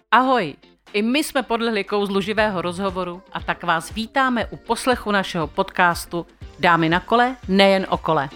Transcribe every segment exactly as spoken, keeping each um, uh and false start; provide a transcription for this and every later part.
Ahoj! I my jsme podlehli kouzlu živého rozhovoru a tak vás vítáme u poslechu našeho podcastu Dámy na kole, nejen o kole.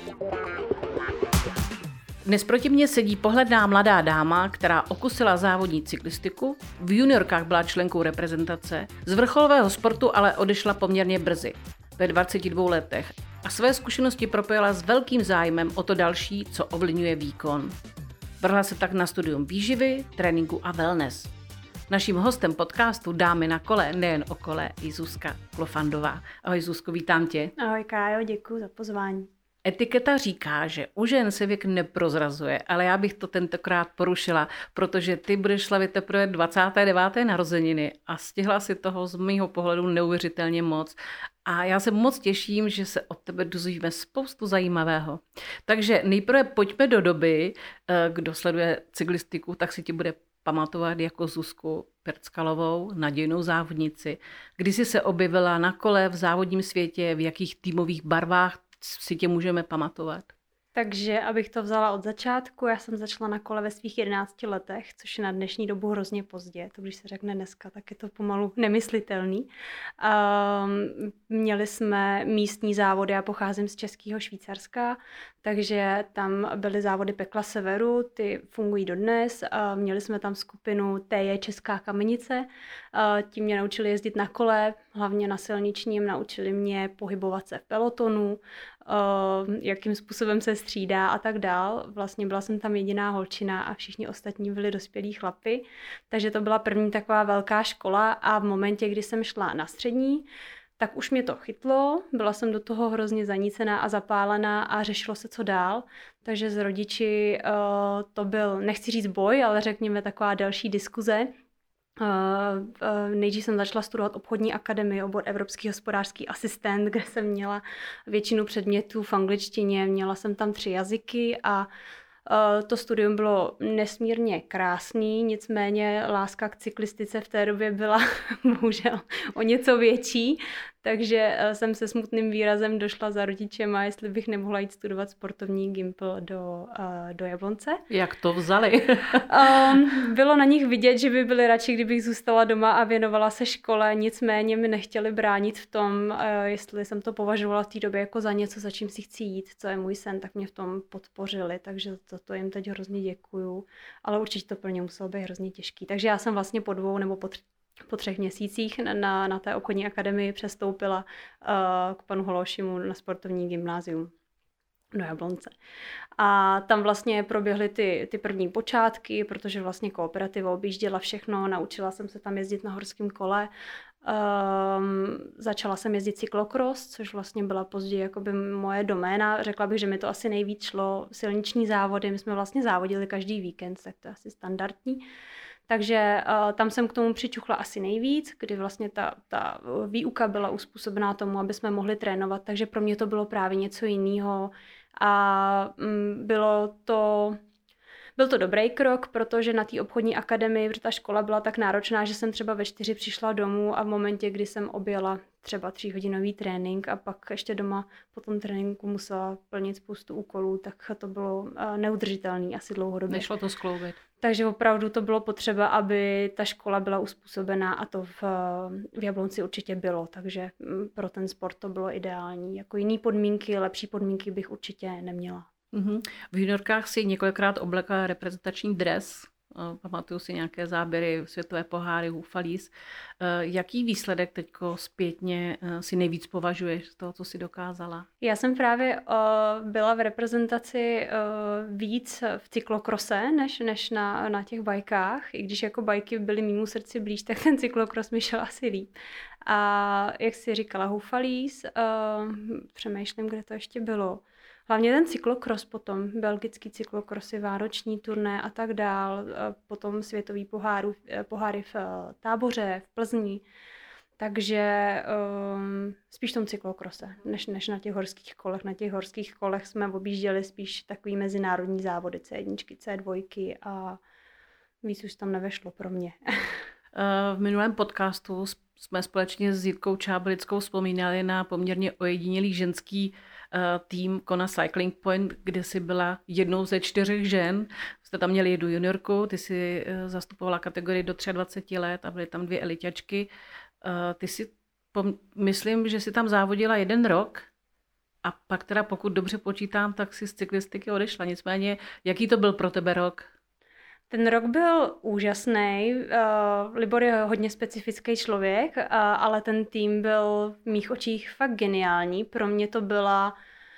Dnes proti mně sedí pohledná mladá dáma, která okusila závodní cyklistiku, v juniorkách byla členkou reprezentace, z vrcholového sportu ale odešla poměrně brzy, ve dvaceti dvou letech, a své zkušenosti propojila s velkým zájmem o to další, co ovlivňuje výkon. Vrhla se tak na studium výživy, tréninku a wellness. Naším hostem podcastu Dámy na kole, nejen o kole, je Zuzka Klofandová. Ahoj Zuzko, vítám tě. Ahoj Kájo, děkuji za pozvání. Etiketa říká, že u žen se věk neprozrazuje, ale já bych to tentokrát porušila, protože ty budeš slavit teprve dvacáté deváté narozeniny a stihla si toho z mýho pohledu neuvěřitelně moc. A já se moc těším, že se od tebe dozvíme spoustu zajímavého. Takže nejprve pojďme do doby, kdo sleduje cyklistiku, tak si ti bude pamatovat jako Zuzku Perckalovou, nadějnou závodnici. Kdy jsi se objevila na kole v závodním světě, v jakých týmových barvách si tě můžeme pamatovat? Takže, abych to vzala od začátku, já jsem začala na kole ve svých jedenácti letech, což je na dnešní dobu hrozně pozdě. To když se řekne dneska, tak je to pomalu nemyslitelný. Um, měli jsme místní závody, já pocházím z Českého Švýcarska, takže tam byly závody Pekla Severu, ty fungují dodnes. Uh, měli jsme tam skupinu T J Česká Kamenice, uh, ti mě naučili jezdit na kole, hlavně na silničním, naučili mě pohybovat se v pelotonu, Uh, jakým způsobem se střídá a tak dál. Vlastně byla jsem tam jediná holčina a všichni ostatní byli dospělí chlapi, takže to byla první taková velká škola a v momentě, kdy jsem šla na střední, tak už mě to chytlo, byla jsem do toho hrozně zanícená a zapálená a řešilo se, co dál. Takže s rodiči uh, to byl, nechci říct boj, ale řekněme taková další diskuze. Uh, uh, nejdřív jsem začala studovat obchodní akademii, obor evropský hospodářský asistent, kde jsem měla většinu předmětů v angličtině, měla jsem tam tři jazyky a uh, to studium bylo nesmírně krásný, nicméně láska k cyklistice v té době byla bohužel o něco větší, takže uh, jsem se smutným výrazem došla za rodičema, jestli bych nemohla jít studovat sportovní gympl do, uh, do Jablonce. Jak to vzali? um, bylo na nich vidět, že by byli radši, kdybych zůstala doma a věnovala se škole, nicméně mi nechtěli bránit v tom, uh, jestli jsem to považovala v té době jako za něco, za čím si chci jít, co je můj sen, tak mě v tom podpořili, takže za to jim teď hrozně děkuju, ale určitě to pro ně muselo být hrozně těžký. Takže já jsem vlastně po dvou nebo po tři Po třech měsících na, na té obchodní akademii přestoupila uh, k panu Hološimu na sportovní gymnázium do Jablonce. A tam vlastně proběhly ty, ty první počátky, protože vlastně kooperativa objížděla všechno, naučila jsem se tam jezdit na horském kole. Um, začala jsem jezdit cyklokros, což vlastně byla později jakoby moje doména. Řekla bych, že mi to asi nejvíc šlo. Silniční závody, my jsme vlastně závodili každý víkend, tak to je asi standardní. Takže uh, tam jsem k tomu přičuchla asi nejvíc, kdy vlastně ta, ta výuka byla uspůsobená tomu, aby jsme mohli trénovat, takže pro mě to bylo právě něco jiného a um, bylo to... Byl to dobrý krok, protože na té obchodní akademii, protože ta škola byla tak náročná, že jsem třeba ve čtyři přišla domů a v momentě, kdy jsem objela třeba tříhodinový trénink a pak ještě doma po tom tréninku musela plnit spoustu úkolů, tak to bylo neudržitelné asi dlouhodobě. Nešlo to skloubit. Takže opravdu to bylo potřeba, aby ta škola byla uspůsobená a to v, v Jablonci určitě bylo, takže pro ten sport to bylo ideální. Jako jiný podmínky, lepší podmínky bych určitě neměla. V juniorkách si několikrát oblekla reprezentační dres, pamatuju si nějaké záběry, světové poháry, Hufalíz. Jaký výsledek teďko zpětně si nejvíc považuješ z toho, co si dokázala? Já jsem právě uh, byla v reprezentaci uh, víc v cyklokrose, než, než na, na těch bajkách. I když jako bajky byly mému srdci blíž, tak ten cyklokros mi šel asi líp. A jak jsi říkala, Hufalíz, uh, přemýšlím, kde to ještě bylo. Hlavně ten cyklokros potom, belgický cyklokros, vánoční turné a tak dál, potom světový poháru, poháry v Táboře, v Plzni, takže um, spíš v tom cyklokrose, než, než na těch horských kolech. Na těch horských kolech jsme objížděli spíš takový mezinárodní závody, C jedna, C dva a víc už tam nevešlo pro mě. V minulém podcastu jsme společně s Jitkou Čábelickou vzpomínali na poměrně ojedinělý ženský tým Kona Cycling Point, kde jsi byla jednou ze čtyřech žen. Jste tam měli jednu juniorku, ty si zastupovala kategorii do dvacet tři let a byly tam dvě eliťačky. Ty si, myslím, že si tam závodila jeden rok a pak teda pokud dobře počítám, tak si z cyklistiky odešla. Nicméně, jaký to byl pro tebe rok? Ten rok byl úžasný. Uh, Libor je hodně specifický člověk, uh, ale ten tým byl v mých očích fakt geniální. Pro mě to byla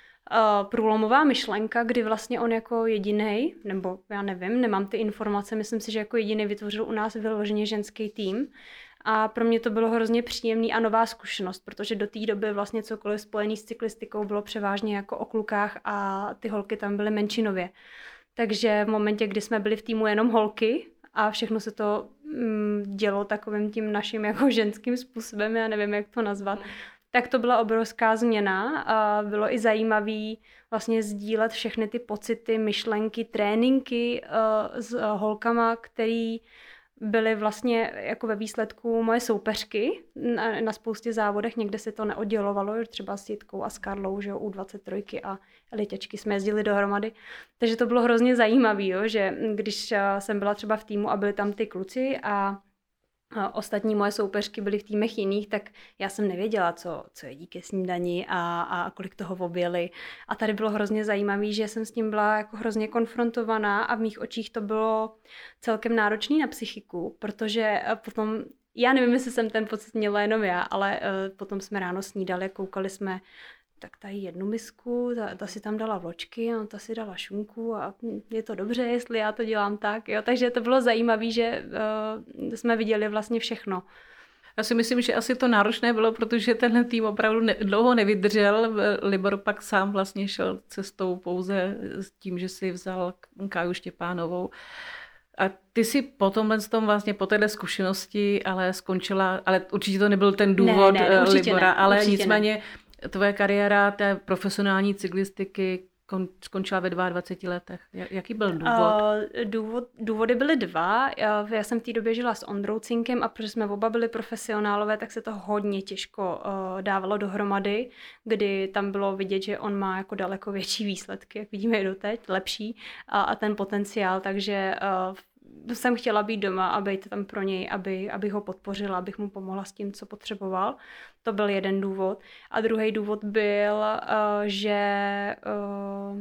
uh, průlomová myšlenka, kdy vlastně on jako jedinej, nebo já nevím, nemám ty informace, myslím si, že jako jediný vytvořil u nás vyloženě ženský tým. A pro mě to bylo hrozně příjemný a nová zkušenost, protože do té doby vlastně cokoliv spojený s cyklistikou bylo převážně jako o klukách a ty holky tam byly menšinově. Takže v momentě, kdy jsme byli v týmu jenom holky a všechno se to mm, dělo takovým tím naším jako ženským způsobem, já nevím, jak to nazvat, mm. tak to byla obrovská změna a bylo i zajímavý vlastně sdílet všechny ty pocity, myšlenky, tréninky uh, s uh, holkama, který byly vlastně jako ve výsledku moje soupeřky na, na spoustě závodech, někde se to neoddělovalo, třeba s Jitkou a s Karlou, že jo, U dvacet tři a eliťačky jsme jezdili dohromady. Takže to bylo hrozně zajímavé, že když jsem byla třeba v týmu a byli tam ty kluci a ostatní moje soupeřky byly v týmech jiných, tak já jsem nevěděla, co, co jedí ke snídani a, a kolik toho objeli. A tady bylo hrozně zajímavé, že jsem s tím byla jako hrozně konfrontovaná a v mých očích to bylo celkem náročný na psychiku, protože potom, já nevím, jestli jsem ten pocit měla jenom já, ale uh, potom jsme ráno snídali, koukali jsme, tak tady jednu misku, ta, ta si tam dala vločky, no, ta si dala šunku a je to dobře, jestli já to dělám tak. Jo? Takže to bylo zajímavé, že uh, jsme viděli vlastně všechno. Já si myslím, že asi to náročné bylo, protože tenhle tým opravdu ne, dlouho nevydržel. Libor pak sám vlastně šel cestou pouze s tím, že si vzal Káju Štěpánovou. A ty si po tomhle tom vlastně po téhle zkušenosti ale skončila, ale určitě to nebyl ten důvod ne, ne, Libora, ne, ale nicméně ne. Tvoje kariéra té profesionální cyklistiky skončila ve dvaceti dvou letech. Jaký byl důvod? Uh, důvod? Důvody byly dva. Já, já jsem v té době žila s Ondrou Cinkem a protože jsme oba byli profesionálové, tak se to hodně těžko uh, dávalo dohromady, kdy tam bylo vidět, že on má jako daleko větší výsledky, jak vidíme i doteď, lepší a, a ten potenciál, takže uh, jsem chtěla být doma a být tam pro něj, aby, abych ho podpořila, abych mu pomohla s tím, co potřeboval. To byl jeden důvod. A druhý důvod byl, uh, že uh,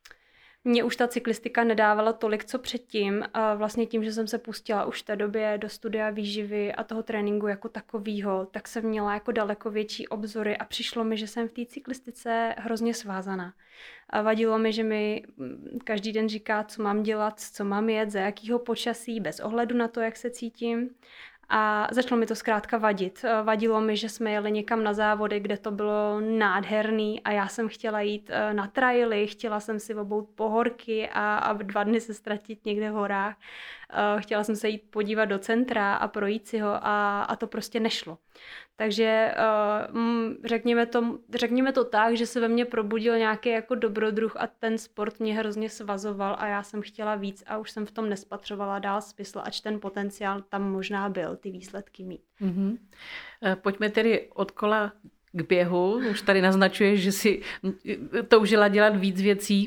mě už ta cyklistika nedávala tolik, co předtím. A vlastně tím, že jsem se pustila už v té době do studia výživy a toho tréninku jako takovýho, tak jsem měla jako daleko větší obzory a přišlo mi, že jsem v té cyklistice hrozně svázaná. A vadilo mi, že mi každý den říká, co mám dělat, co mám jet, za jakýho počasí, bez ohledu na to, jak se cítím. A začalo mi to zkrátka vadit. Vadilo mi, že jsme jeli někam na závody, kde to bylo nádherný a já jsem chtěla jít na traily, chtěla jsem si obout pohorky a, a dva dny se ztratit někde v horách. Chtěla jsem se jít podívat do centra a projít si ho a, a to prostě nešlo. Takže řekněme to, řekněme to tak, že se ve mně probudil nějaký jako dobrodruh a ten sport mě hrozně svazoval a já jsem chtěla víc a už jsem v tom nespatřovala dál smysl, ač ten potenciál tam možná byl, ty výsledky mít. Mm-hmm. Pojďme tedy od kola k běhu. Už tady naznačuješ, že si toužila dělat víc věcí.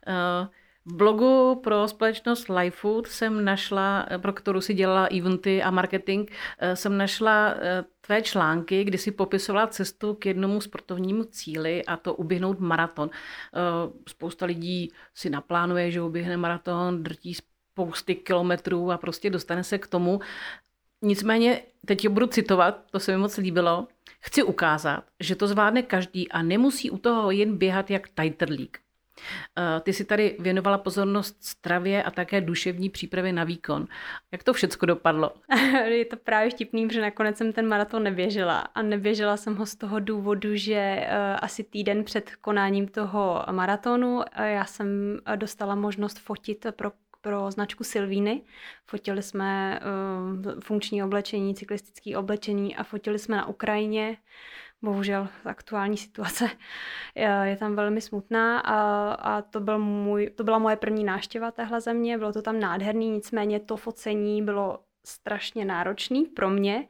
V blogu pro společnost Life Food jsem našla, pro kterou si dělala eventy a marketing, jsem našla tvé články, kdy si popisovala cestu k jednomu sportovnímu cíli a to uběhnout maraton. Spousta lidí si naplánuje, že uběhne maraton, drtí spousty kilometrů a prostě dostane se k tomu. Nicméně, teď budu citovat, to se mi moc líbilo, chci ukázat, že to zvládne každý a nemusí u toho jen běhat jak tajtrlík. Ty si tady věnovala pozornost stravě a také duševní přípravě na výkon. Jak to všecko dopadlo? Je to právě vtipný, protože nakonec jsem ten maraton neběžela. A neběžela jsem ho z toho důvodu, že asi týden před konáním toho maratonu já jsem dostala možnost fotit pro pro značku Silvíny. Fotili jsme uh, funkční oblečení, cyklistické oblečení a fotili jsme na Ukrajině. Bohužel aktuální situace je tam velmi smutná a, a to, byl můj, to byla moje první návštěva téhle země. Bylo to tam nádherný, nicméně to focení bylo strašně náročný pro mě,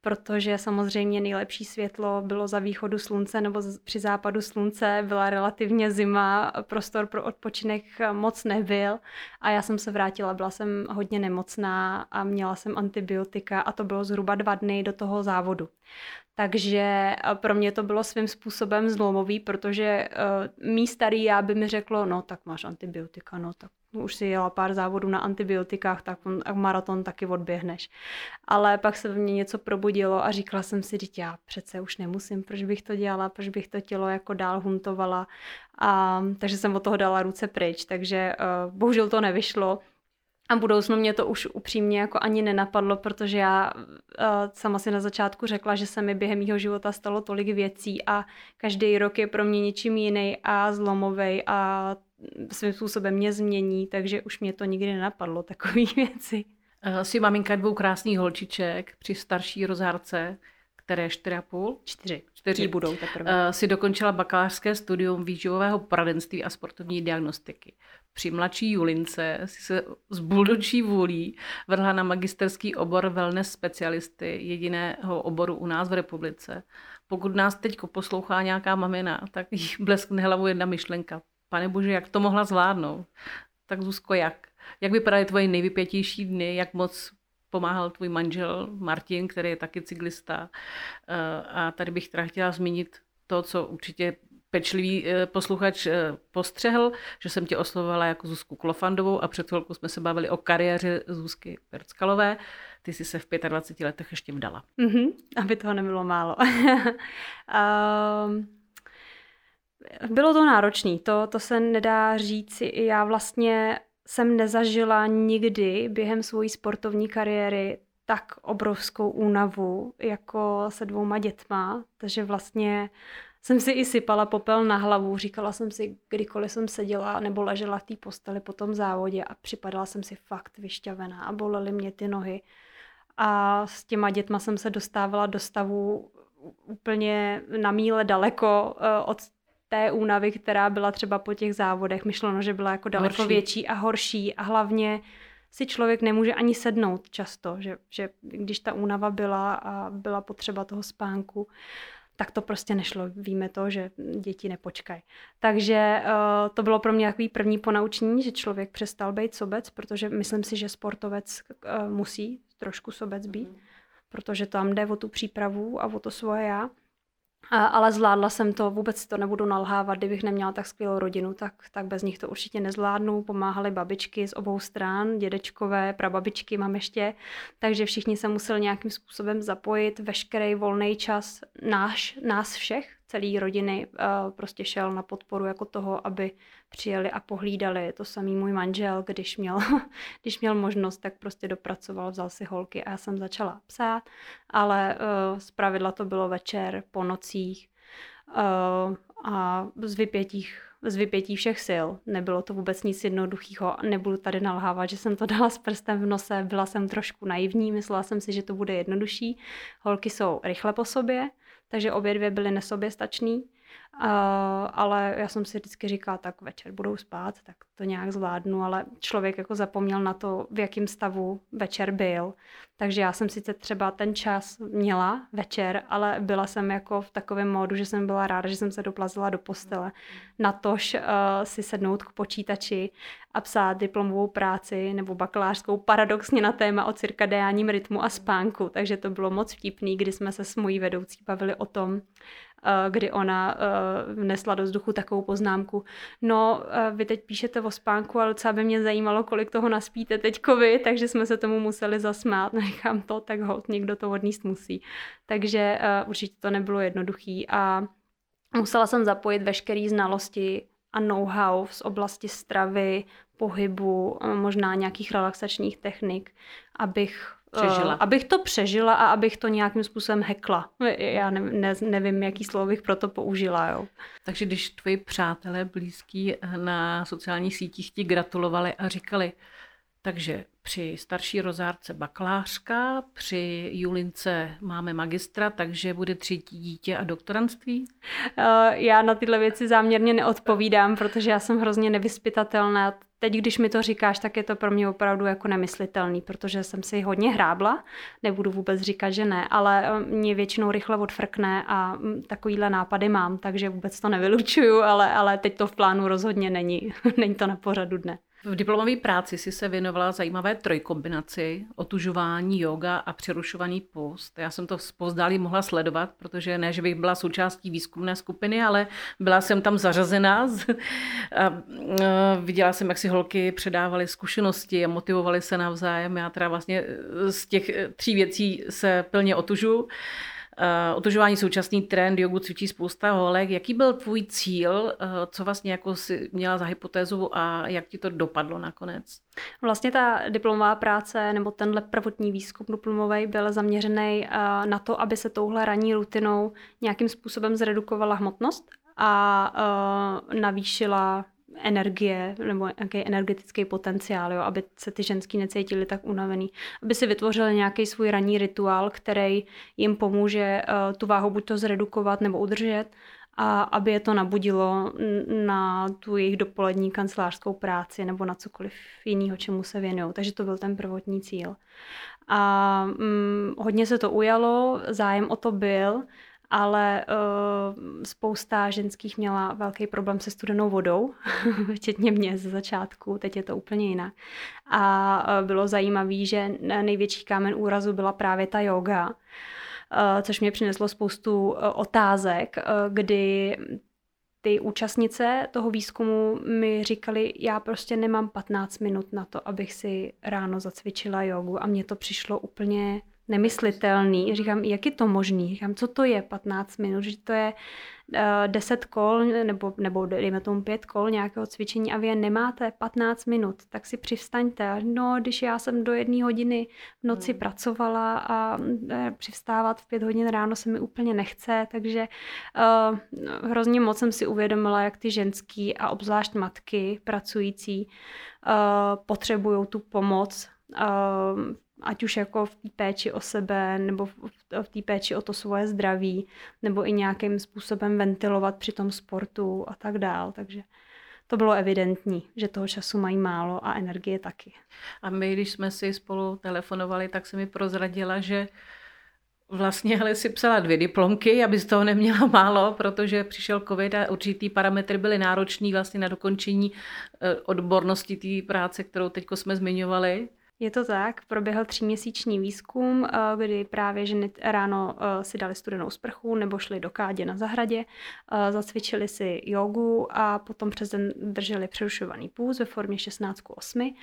protože samozřejmě nejlepší světlo bylo za východu slunce nebo při západu slunce, byla relativně zima, prostor pro odpočinek moc nebyl a já jsem se vrátila, byla jsem hodně nemocná a měla jsem antibiotika a to bylo zhruba dva dny do toho závodu. Takže pro mě to bylo svým způsobem zlomový, protože uh, mý starý já by mi řeklo, no tak máš antibiotika, no tak už si jela pár závodů na antibiotikách, tak maraton taky odběhneš. Ale pak se ve mně něco probudilo a říkala jsem si, že já přece už nemusím, proč bych to dělala, proč bych to tělo jako dál huntovala. A, takže jsem od toho dala ruce pryč, takže uh, bohužel to nevyšlo. A v budoucnu mě to už upřímně jako ani nenapadlo, protože já uh, sama si na začátku řekla, že se mi během mýho života stalo tolik věcí a každý rok je pro mě něčím jiný a zlomovej a svým způsobem mě změní, takže už mě to nikdy nenapadlo, takové věci. Jsi maminka dvou krásných holčiček při starší rozhárce, které čtyři a půl? Čtyři. Čtyři budou teprve. Si dokončila bakalářské studium výživového poradenství a sportovní diagnostiky. Při mladší Julince si se z buldočí vůlí vrhla na magisterský obor wellness specialisty, jediného oboru u nás v republice. Pokud nás teď poslouchá nějaká mamina, tak jí bleskne hlavu jedna myšlenka. Pane bože, jak to mohla zvládnout? Tak Zuzko, jak? Jak vypadaly tvoje nejvypětější dny? Jak moc pomáhal tvůj manžel Martin, který je taky cyklista? A tady bych teda chtěla zmínit to, co určitě pečlivý posluchač postřehl, že jsem tě oslovovala jako Zuzku Klofandovou a před chvilkou jsme se bavili o kariéře Zuzky Perckalové. Ty jsi se v dvaceti pěti letech ještě vdala. Mm-hmm, aby toho nebylo málo. um... Bylo to náročné, to, to se nedá říct. Já vlastně jsem nezažila nikdy během své sportovní kariéry tak obrovskou únavu jako se dvouma dětma, takže vlastně jsem si i sypala popel na hlavu, říkala jsem si, kdykoliv jsem seděla nebo ležela v té posteli po tom závodě a připadala jsem si fakt vyšťavená a bolely mě ty nohy. A s těma dětma jsem se dostávala do stavu úplně na míle daleko od té únavy, která byla třeba po těch závodech. Myšleno, že byla jako daleko horší. Větší a horší a hlavně si člověk nemůže ani sednout často, že, že když ta únava byla a byla potřeba toho spánku, tak to prostě nešlo. Víme to, že děti nepočkají. Takže uh, to bylo pro mě takový první ponaučení, že člověk přestal být sobec, protože myslím si, že sportovec uh, musí trošku sobec být, mm. protože tam jde o tu přípravu a o to svoje já. A, ale zvládla jsem to, vůbec to nebudu nalhávat, kdybych neměla tak skvělou rodinu, tak, tak bez nich to určitě nezvládnu. Pomáhaly babičky z obou stran, dědečkové, prababičky mám ještě, takže všichni se museli nějakým způsobem zapojit, veškerý volný čas náš, nás všech, celé rodiny prostě šel na podporu jako toho, aby přijeli a pohlídali. To samý můj manžel, když měl, když měl možnost, tak prostě dopracoval, vzal si holky a já jsem začala psát, ale uh, zpravidla to bylo večer, po nocích uh, a z vypětích, z vypětí všech sil. Nebylo to vůbec nic jednoduchého. Nebudu tady nalhávat, že jsem to dala s prstem v nose. Byla jsem trošku naivní, myslela jsem si, že to bude jednodušší. Holky jsou rychle po sobě, takže obě dvě byly nesoběstačný. Uh, ale já jsem si vždycky říkala, tak večer budou spát, tak to nějak zvládnu, ale člověk jako zapomněl na to, v jakém stavu večer byl. Takže já jsem sice třeba ten čas měla večer, ale byla jsem jako v takovém módu, že jsem byla ráda, že jsem se doplazila do postele. Natož uh, si sednout k počítači a psát diplomovou práci nebo bakalářskou paradoxně na téma o cirkadiánním rytmu a spánku. Takže to bylo moc vtipný, kdy jsme se s mojí vedoucí bavili o tom, kdy ona uh, vnesla do vzduchu takovou poznámku. No, uh, vy teď píšete o spánku, ale docela by mě zajímalo, kolik toho naspíte teďko vy, takže jsme se tomu museli zasmát. Nechám to, tak holt, někdo to odníst musí. Takže uh, určitě to nebylo jednoduchý a musela jsem zapojit veškeré znalosti a know-how z oblasti stravy, pohybu, možná nějakých relaxačních technik, abych Přežila. Uh, abych to přežila a abych to nějakým způsobem hackla. Já ne, ne, nevím, jaký slovo bych pro to použila. Jo. Takže když tvoji přátelé blízký na sociálních sítích ti gratulovali a říkali, Takže při starší rozárce bakalářka, při Julince máme magistra, takže bude třetí dítě a doktorantství? Já na tyhle věci záměrně neodpovídám, protože já jsem hrozně nevyzpytatelná. Teď, když mi to říkáš, tak je to pro mě opravdu jako nemyslitelný, protože jsem si hodně hrábla, nebudu vůbec říkat, že ne, ale mě většinou rychle odfrkne a takovýhle nápady mám, takže vůbec to nevylučuju, ale, ale teď to v plánu rozhodně není, není to na pořadu dne. V diplomové práci si se věnovala zajímavé trojkombinaci, otužování, yoga a přerušovaný post. Já jsem to zpozdálí mohla sledovat, protože ne, že bych byla součástí výzkumné skupiny, ale byla jsem tam zařazená a viděla jsem, jak si holky předávaly zkušenosti a motivovaly se navzájem. Já teda vlastně z těch tří věcí se plně otužu. Uh, otužování současný trend, jogu cvičí spousta holek. Jaký byl tvůj cíl, uh, co vlastně jako jsi měla za hypotézu a jak ti to dopadlo nakonec? Vlastně ta diplomová práce nebo tenhle prvotní výzkum diplomový byl zaměřený uh, na to, aby se touhle ranní rutinou nějakým způsobem zredukovala hmotnost a uh, navýšila energie nebo nějaký energetický potenciál, jo, aby se ty ženský necítily tak unavený. Aby si vytvořili nějaký svůj ranní rituál, který jim pomůže uh, tu váhu buď to zredukovat nebo udržet a aby je to nabudilo na tu jejich dopolední kancelářskou práci nebo na cokoliv jiného, čemu se věnují. Takže to byl ten prvotní cíl. A um, hodně se to ujalo, zájem o to byl, ale uh, spousta ženských měla velký problém se studenou vodou, včetně mě ze začátku, teď je to úplně jinak. A uh, bylo zajímavé, že největší kámen úrazu byla právě ta yoga, uh, což mě přineslo spoustu uh, otázek, uh, kdy ty účastnice toho výzkumu mi říkali, já prostě nemám patnáct minut na to, abych si ráno zacvičila jogu a mně to přišlo úplně nemyslitelný. Říkám, jak je to možný? Říkám, co to je patnáct minut? Že to je uh, deset kol nebo, nebo dejme tomu pět kol nějakého cvičení a vy je nemáte patnáct minut, tak si přivstaňte. No, když já jsem do jedné hodiny v noci hmm. pracovala a uh, přivstávat v pět hodin ráno se mi úplně nechce, takže uh, hrozně moc jsem si uvědomila, jak ty ženský a obzvlášť matky pracující uh, potřebují tu pomoc uh, ať už jako v té péči o sebe, nebo v té péči o to svoje zdraví, nebo i nějakým způsobem ventilovat při tom sportu a tak dál. Takže to bylo evidentní, že toho času mají málo a energie taky. A my, když jsme si spolu telefonovali, tak se mi prozradila, že vlastně ale si psala dvě diplomky, aby z toho neměla málo, protože přišel covid a určitý parametry byly náročný vlastně na dokončení odbornosti té práce, kterou teď jsme zmiňovali. Je to tak, proběhl tříměsíční výzkum, kdy právě ženy ráno si dali studenou sprchu nebo šli do kádě na zahradě, zacvičili si jogu a potom přes den drželi přerušovaný půst ve formě šestnáct ku osmi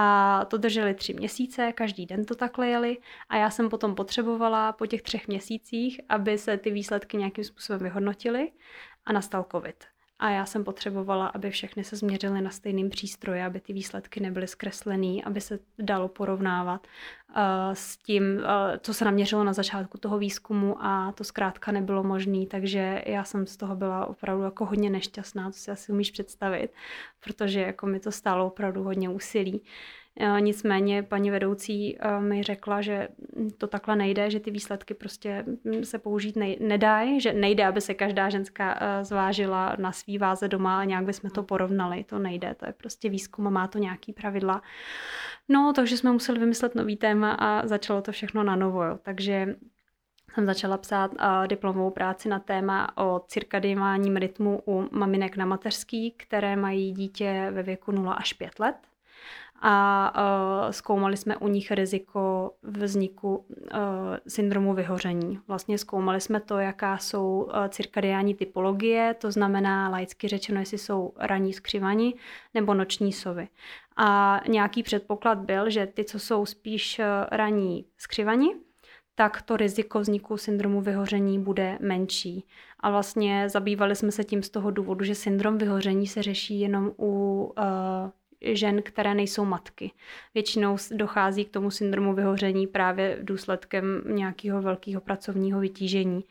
a to drželi tři měsíce, každý den to takhle jeli a já jsem potom potřebovala po těch třech měsících, aby se ty výsledky nějakým způsobem vyhodnotily a nastal covid. A já jsem potřebovala, aby všechny se změřily na stejným přístroji, aby ty výsledky nebyly zkreslený, aby se dalo porovnávat uh, s tím, uh, co se naměřilo na začátku toho výzkumu a to zkrátka nebylo možné. Takže já jsem z toho byla opravdu jako hodně nešťastná, to si asi umíš představit, protože jako mi to stálo opravdu hodně úsilí. Nicméně paní vedoucí mi řekla, že to takhle nejde, že ty výsledky prostě se použít nedají, že nejde, aby se každá ženská zvážila na svý váze doma a nějak bychom to porovnali. To nejde, to je prostě výzkum a má to nějaký pravidla. No, takže jsme museli vymyslet nový téma a začalo to všechno na novo. Jo. Takže jsem začala psát uh, diplomovou práci na téma o cirkadiánním rytmu u maminek na mateřský, které mají dítě ve věku nula až pět let. A uh, zkoumali jsme u nich riziko vzniku uh, syndromu vyhoření. Vlastně zkoumali jsme to, jaká jsou uh, cirkadiánní typologie, to znamená laicky řečeno, jestli jsou ranní skřivani nebo noční sovy. A nějaký předpoklad byl, že ty, co jsou spíš uh, ranní skřivani, tak to riziko vzniku syndromu vyhoření bude menší. A vlastně zabývali jsme se tím z toho důvodu, že syndrom vyhoření se řeší jenom u uh, žen, které nejsou matky. Většinou dochází k tomu syndromu vyhoření právě důsledkem nějakého velkého pracovního vytížení.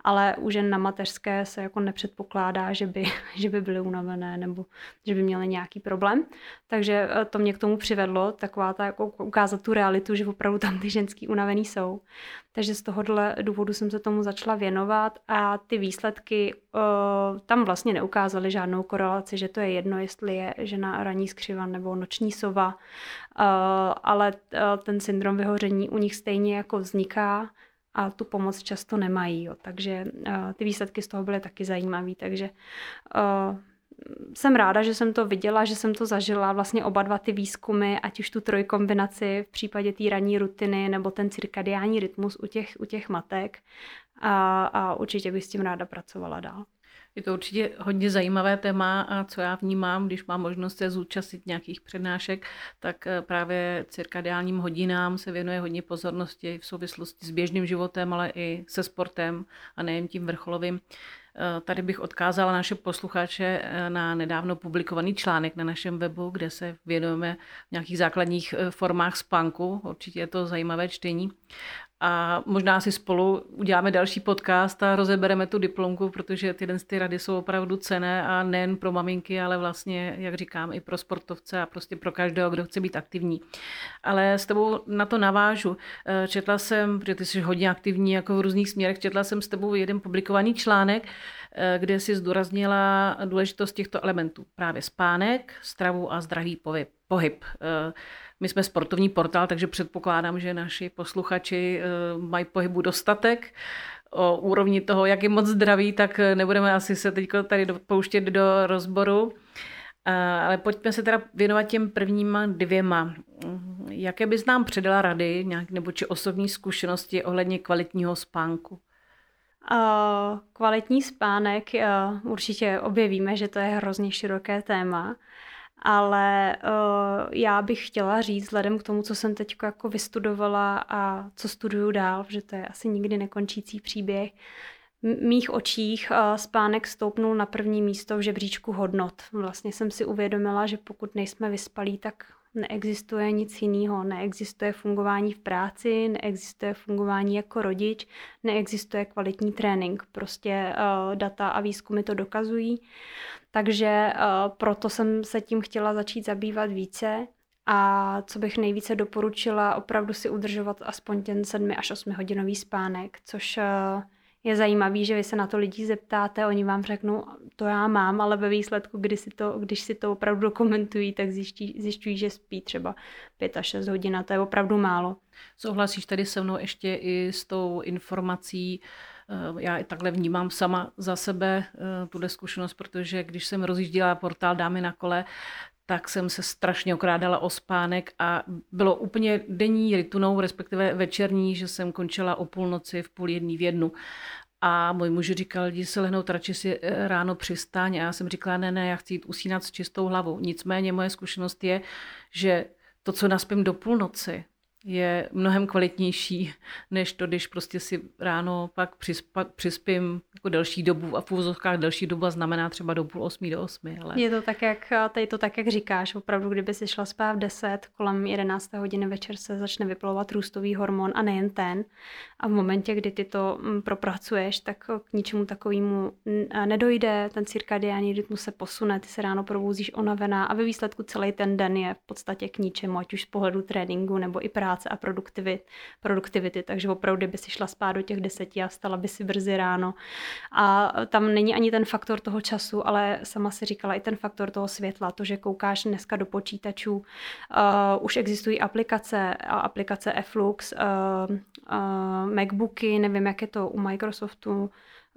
ale u žen na mateřské se jako nepředpokládá, že by, že by byly unavené nebo že by měly nějaký problém. Takže to mě k tomu přivedlo, taková ta, jako ukázat tu realitu, že opravdu tam ty ženský unavený jsou. Takže z tohohle důvodu jsem se tomu začala věnovat a ty výsledky uh, tam vlastně neukázaly žádnou korelaci, že to je jedno, jestli je žena ranní skřiva nebo noční sova, uh, ale uh, ten syndrom vyhoření u nich stejně jako vzniká a tu pomoc často nemají. Jo. Takže uh, ty výsledky z toho byly taky zajímavé, takže uh, jsem ráda, že jsem to viděla, že jsem to zažila, vlastně oba dva ty výzkumy, ať už tu trojkombinaci v případě té ranní rutiny nebo ten cirkadiální rytmus u těch, u těch matek a, a určitě bych s tím ráda pracovala dál. Je to určitě hodně zajímavé téma a co já vnímám, když mám možnost se zúčastnit nějakých přednášek, tak právě cirkadiálním hodinám se věnuje hodně pozornosti v souvislosti s běžným životem, ale i se sportem a nejen tím vrcholovým. Tady bych odkázala naše posluchače na nedávno publikovaný článek na našem webu, kde se věnujeme v nějakých základních formách spánku. Určitě je to zajímavé čtení. A možná si spolu uděláme další podcast a rozebereme tu diplomku, protože tyhle ty rady jsou opravdu cenné a nejen pro maminky, ale vlastně, jak říkám, i pro sportovce a prostě pro každého, kdo chce být aktivní. Ale s tebou na to navážu. Četla jsem, protože ty jsi hodně aktivní jako v různých směrech, četla jsem s tebou jeden publikovaný článek, kde si zdůraznila důležitost těchto elementů. Právě spánek, stravu a zdravý pohyb. My jsme sportovní portál, takže předpokládám, že naši posluchači mají pohybu dostatek. O úrovni toho, jak je moc zdraví, tak nebudeme asi se teď tady pouštět do rozboru. Ale pojďme se teda věnovat těm prvníma dvěma. Jaké bys nám předala rady nějak, nebo či osobní zkušenosti ohledně kvalitního spánku? Uh, kvalitní spánek, uh, určitě objevíme, že to je hrozně široké téma, ale uh, já bych chtěla říct, vzhledem k tomu, co jsem teď jako vystudovala a co studuju dál, že to je asi nikdy nekončící příběh, v mých očích uh, spánek stoupnul na první místo v žebříčku hodnot. Vlastně jsem si uvědomila, že pokud nejsme vyspalí, tak neexistuje nic jiného. Neexistuje fungování v práci, neexistuje fungování jako rodič, neexistuje kvalitní trénink. Prostě uh, data a výzkumy to dokazují. Takže uh, proto jsem se tím chtěla začít zabývat více. A co bych nejvíce doporučila, opravdu si udržovat aspoň ten sedmi až osmi hodinový spánek, což uh, je zajímavý, že vy se na to lidi zeptáte, oni vám řeknou, to já mám, ale ve výsledku, když si to, když si to opravdu dokumentují, tak zjiští, zjišťují, že spí třeba pět až šest hodin a to je opravdu málo. Souhlasíš tady se mnou ještě i s tou informací, já i takhle vnímám sama za sebe tuhle zkušenost, protože když jsem rozjížděla portál Dámy na kole, tak jsem se strašně okrádala o spánek a bylo úplně denní ritunou, respektive večerní, že jsem končila o půlnoci, v půl jedný, v jednu. A můj muž říkal, jdi se lehnout, radši si ráno přistaň. A já jsem říkala, ne, ne, já chci jít usínat s čistou hlavou. Nicméně moje zkušenost je, že to, co naspím do půlnoci, je mnohem kvalitnější, než to, když prostě si ráno pak přispa, přispím jako delší dobu a v úvozovkách delší doba znamená třeba do půl osmi do osmi. Ale... Je to tak, jak, tady to tak, jak říkáš. Opravdu, kdyby si šla spát v deset, kolem jedenácté hodiny večer se začne vyplavovat růstový hormon a nejen ten. A v momentě, kdy ty to propracuješ, tak k ničemu takovému nedojde, ten cirkadiální rytmus se posune, ty se ráno probouzíš unavená a ve výsledku celý ten den je v podstatě k ničemu, ať už z pohledu tréninku nebo i práce a produktivity, produktivity. Takže opravdu, kdyby si šla spát do těch deseti a vstala by si brzy ráno. A tam není ani ten faktor toho času, ale sama si říkala i ten faktor toho světla, to, že koukáš dneska do počítačů. Uh, už existují aplikace, aplikace eFlux, uh, uh, Macbooky, nevím, jak je to u Microsoftu,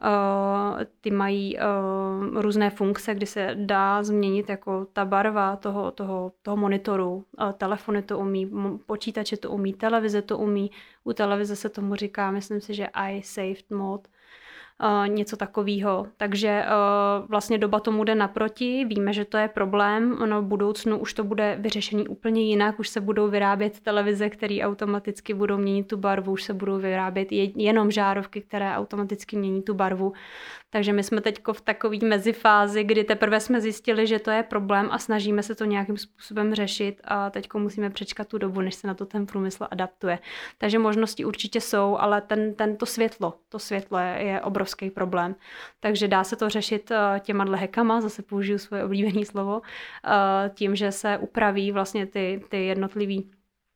Uh, ty mají uh, různé funkce, kdy se dá změnit jako ta barva toho, toho, toho monitoru. Uh, telefony to umí, počítače to umí, televize to umí. U televize se tomu říká, myslím si, že eye saved mode. Uh, něco takového. Takže uh, vlastně doba tomu jde naproti. Víme, že to je problém. No, v budoucnu už to bude vyřešení úplně jinak. Už se budou vyrábět televize, které automaticky budou měnit tu barvu. Už se budou vyrábět jenom žárovky, které automaticky mění tu barvu. Takže my jsme teď v takové mezifázi, kdy teprve jsme zjistili, že to je problém a snažíme se to nějakým způsobem řešit a teď musíme přečkat tu dobu, než se na to ten průmysl adaptuje. Takže možnosti určitě jsou, ale ten, ten, to světlo, to světlo je, je obrovské. obrovský problém. Takže dá se to řešit těma hekama, zase použiju svoje oblíbené slovo, tím, že se upraví vlastně ty, ty jednotlivý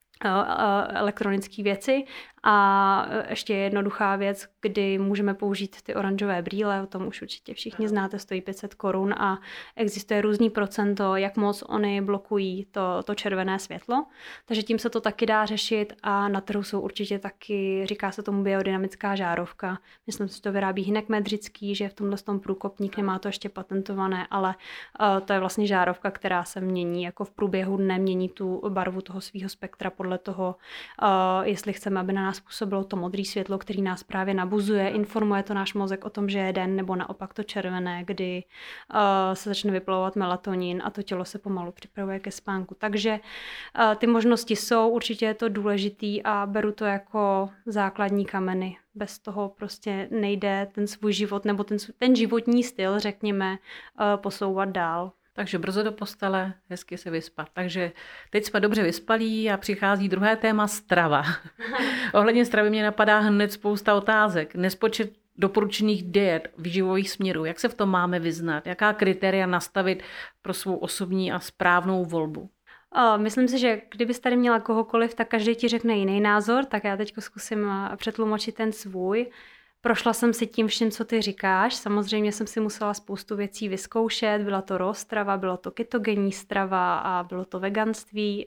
elektronické věci. A ještě jednoduchá věc, kdy můžeme použít ty oranžové brýle, o tom už určitě všichni znáte, stojí pět set korun a existuje různý procento, jak moc oni blokují to, to červené světlo. Takže tím se to taky dá řešit a na trhu jsou určitě taky, říká se tomu biodynamická žárovka. Myslím, že to vyrábí Hynek Medřický, že v tomhle tom průkopník, nemá to ještě patentované, ale uh, to je vlastně žárovka, která se mění jako v průběhu dne, mění tu barvu toho svého spektra podle toho, uh, jestli chceme, aby na nás působilo to modré světlo, který nás právě nabuzuje, informuje to náš mozek o tom, že je den, nebo naopak to červené, kdy uh, se začne vyplavovat melatonin a to tělo se pomalu připravuje ke spánku. Takže uh, ty možnosti jsou, určitě je to důležitý a beru to jako základní kameny. Bez toho prostě nejde ten svůj život nebo ten, ten životní styl, řekněme, uh, posouvat dál. Takže brzo do postele, hezky se vyspat. Takže teď jsme dobře vyspalí a přichází druhé téma strava. Ohledně stravy mě napadá hned spousta otázek. Nespočet doporučených diet, výživových směrů. Jak se v tom máme vyznat? Jaká kritéria nastavit pro svou osobní a správnou volbu? Myslím si, že kdybys tady měla kohokoliv, tak každý ti řekne jiný názor, tak já teď zkusím přetlumočit ten svůj. Prošla jsem si tím vším, co ty říkáš. Samozřejmě jsem si musela spoustu věcí vyzkoušet. Byla to raw strava, bylo to ketogenní strava a bylo to veganství.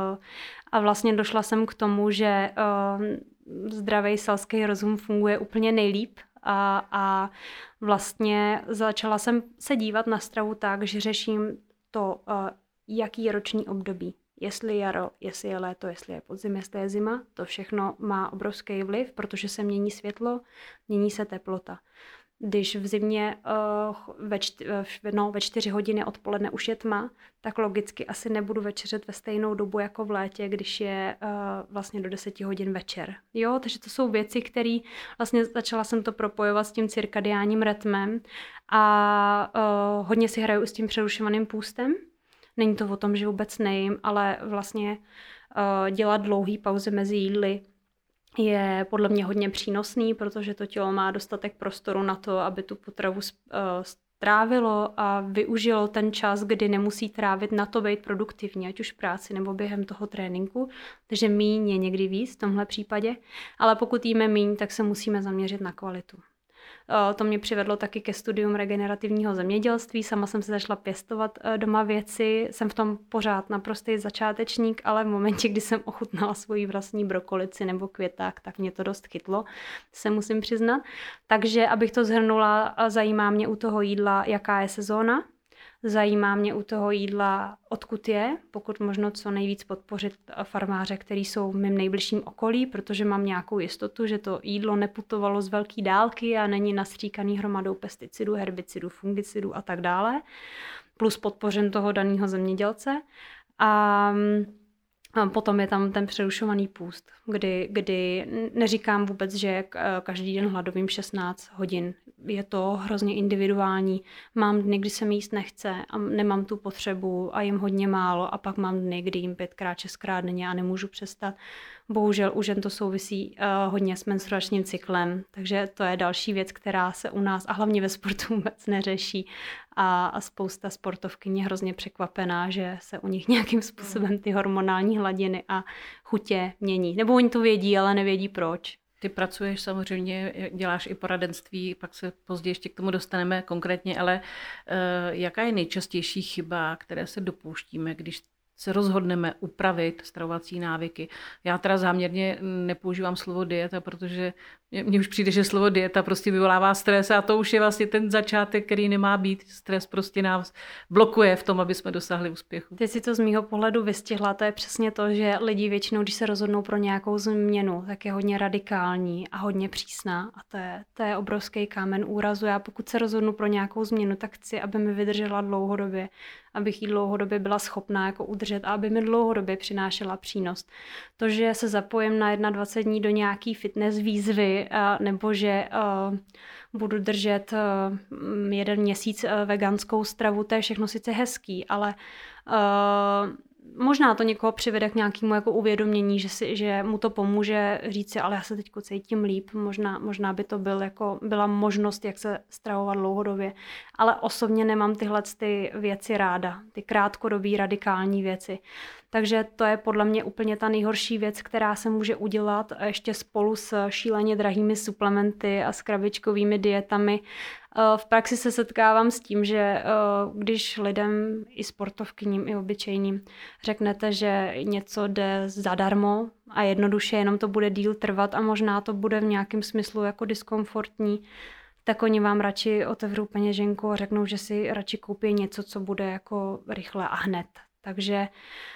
A vlastně došla jsem k tomu, že zdravý selský rozum funguje úplně nejlíp. A, a vlastně začala jsem se dívat na stravu tak, že řeším to, jaký je roční období. Jestli jaro, jestli je léto, jestli je podzim, jestli je zima, to všechno má obrovský vliv, protože se mění světlo, mění se teplota. Když v zimě uh, ve, čty, no, ve čtyři hodiny odpoledne už je tma, tak logicky asi nebudu večeřet ve stejnou dobu jako v létě, když je uh, vlastně do deseti hodin večer. Jo, takže to jsou věci, které vlastně začala jsem to propojovat s tím cirkadiánním rytmem a uh, hodně si hraju s tím přerušovaným půstem. Není to o tom, že vůbec nejím, ale vlastně uh, dělat dlouhý pauzy mezi jídly je podle mě hodně přínosný, protože to tělo má dostatek prostoru na to, aby tu potravu uh, strávilo a využilo ten čas, kdy nemusí trávit na to být produktivní, ať už v práci nebo během toho tréninku. Takže míň je někdy víc v tomhle případě, ale pokud jíme míň, tak se musíme zaměřit na kvalitu. To mě přivedlo taky ke studium regenerativního zemědělství. Sama jsem se začala pěstovat doma věci. Jsem v tom pořád naprostý začátečník, ale v momentě, kdy jsem ochutnala svoji vlastní brokolici nebo květák, tak mě to dost chytlo, se musím přiznat. Takže, abych to shrnula, zajímá mě u toho jídla, jaká je sezóna. Zajímá mě u toho jídla, odkud je, pokud možno co nejvíc podpořit farmáře, který jsou v mém nejbližším okolí, protože mám nějakou jistotu, že to jídlo neputovalo z velké dálky a není nastříkaný hromadou pesticidů, herbicidů, fungicidů a tak dále. Plus podpořen toho daného zemědělce. A potom je tam ten přerušovaný půst, kdy, kdy neříkám vůbec, že každý den hladovím šestnáct hodin. Je to hrozně individuální. Mám dny, kdy se mi jíst nechce a nemám tu potřebu a jim hodně málo a pak mám dny, kdy jim pětkrát, šestkrát denně a nemůžu přestat. Bohužel u žen to souvisí uh, hodně s menstruačním cyklem, takže to je další věc, která se u nás a hlavně ve sportu vůbec neřeší a, a spousta sportovkyň je hrozně překvapená, že se u nich nějakým způsobem ty hormonální hladiny a chutě mění. Nebo oni to vědí, ale nevědí proč. Ty pracuješ samozřejmě, děláš i poradenství, pak se později ještě k tomu dostaneme konkrétně, ale uh, jaká je nejčastější chyba, které se dopouštíme, když se rozhodneme upravit stravovací návyky. Já teda záměrně nepoužívám slovo dieta, protože mně už přijde, že slovo dieta prostě vyvolává stres a to už je vlastně ten začátek, který nemá být. Stres prostě nás blokuje v tom, aby jsme dosáhli úspěchu. Ty si to z mýho pohledu vystihla, to je přesně to, že lidi většinou, když se rozhodnou pro nějakou změnu, tak je hodně radikální a hodně přísná a to je, to je obrovský kámen úrazu. Já pokud se rozhodnu pro nějakou změnu, tak chci, aby mi vydržela dlouhodobě, abych jí dlouhodobě byla schopná jako udržet a aby mi dlouhodobě přinášela přínos. To, že se zapojím na dvacet jedna dní do nějaký fitness výzvy a, nebo že uh, budu držet uh, jeden měsíc uh, veganskou stravu, to je všechno sice hezký, ale uh, možná to někoho přivede k nějakému jako uvědomění, že, si, že mu to pomůže říct si, ale já se teď cítím líp, možná, možná by to byl jako, byla možnost, jak se stravovat dlouhodobě. Ale osobně nemám tyhle ty věci ráda, ty krátkodobý radikální věci. Takže to je podle mě úplně ta nejhorší věc, která se může udělat a ještě spolu s šíleně drahými suplementy a s krabičkovými dietami. V praxi se setkávám s tím, že když lidem i sportovkyním, i obyčejným řeknete, že něco jde zadarmo a jednoduše jenom to bude díl trvat a možná to bude v nějakém smyslu jako diskomfortní, tak oni vám radši otevřou peněženku a řeknou, že si radši koupí něco, co bude jako rychle a hned. Takže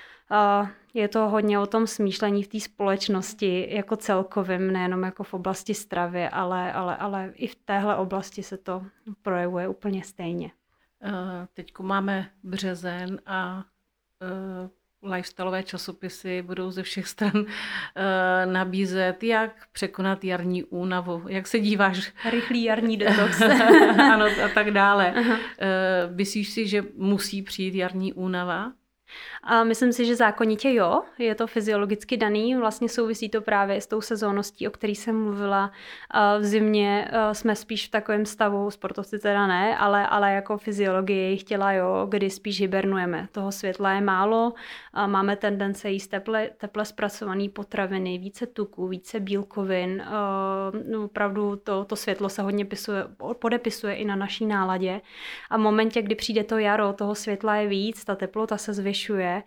je to hodně o tom smýšlení v té společnosti jako celkovým, nejenom jako v oblasti stravy, ale, ale, ale i v téhle oblasti se to projevuje úplně stejně. Teď máme březen a lifestyleové časopisy budou ze všech stran nabízet, jak překonat jarní únavu. Jak se díváš? Rychlý jarní detox. Ano, a tak dále. Myslíš si, že musí přijít jarní únava? A myslím si, že zákonitě jo, je to fyziologicky daný, vlastně souvisí to právě s tou sezónností, o který jsem mluvila. V zimě jsme spíš v takovém stavu, sportovci teda ne, ale, ale jako fyziologie jejich těla jo, kdy spíš hibernujeme. Toho světla je málo, máme tendence jíst teple, teple zpracované potraviny, více tuků, více bílkovin, opravdu to, to světlo se hodně pisuje, podepisuje i na naší náladě a v momentě, kdy přijde to jaro, toho světla je víc, ta teplota se zvyšuje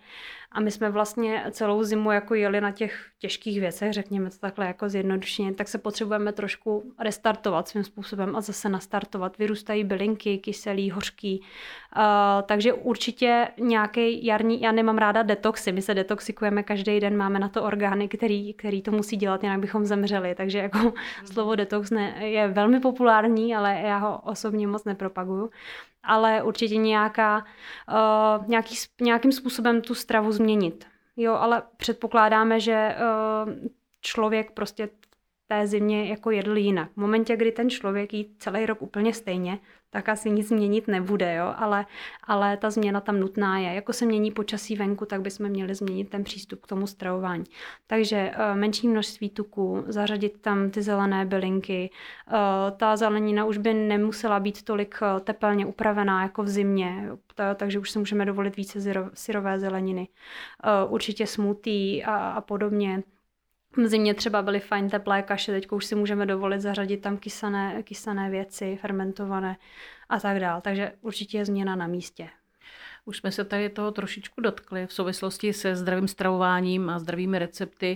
a my jsme vlastně celou zimu jako jeli na těch těžkých věcech, řekněme to takhle jako zjednodušeně, tak se potřebujeme trošku restartovat svým způsobem a zase nastartovat. Vyrůstají bylinky, kyselý, hořký, uh, takže určitě nějaký jarní, já nemám ráda detoxy, my se detoxikujeme každý den, máme na to orgány, který, který to musí dělat, jinak bychom zemřeli, takže jako hmm. slovo detox ne, je velmi populární, ale já ho osobně moc nepropaguju. Ale určitě nějaká, uh, nějaký, nějakým způsobem tu stravu změnit. Jo, ale předpokládáme, že uh, člověk prostě v té zimě jako jedl jinak. V momentě, kdy ten člověk jí celý rok úplně stejně, tak asi nic změnit nebude, jo? Ale, ale ta změna tam nutná je. Jako se mění počasí venku, tak bychom měli změnit ten přístup k tomu stravování. Takže uh, menší množství tuků, zařadit tam ty zelené bylinky. Uh, ta zelenina už by nemusela být tolik uh, tepelně upravená jako v zimě, ta, takže už si můžeme dovolit více syro, syrové zeleniny. Uh, určitě smoothie a, a podobně. V zimě třeba byly fajn teplé kaše, teď už si můžeme dovolit zařadit tam kysané, kysané věci, fermentované a tak dále. Takže určitě je změna na místě. Už jsme se tady toho trošičku dotkli v souvislosti se zdravým stravováním a zdravými recepty.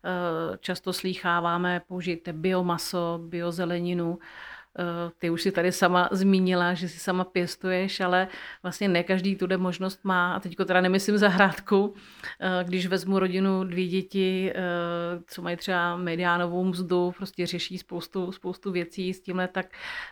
Často slýcháváme, použijte biomaso, biozeleninu. Ty už si tady sama zmínila, že si sama pěstuješ, ale vlastně ne každý tuhle možnost má. A teďko teda nemyslím zahrádku. Když vezmu rodinu, dvě děti, co mají třeba mediánovou mzdu, prostě řeší spoustu, spoustu věcí s tímhle, tak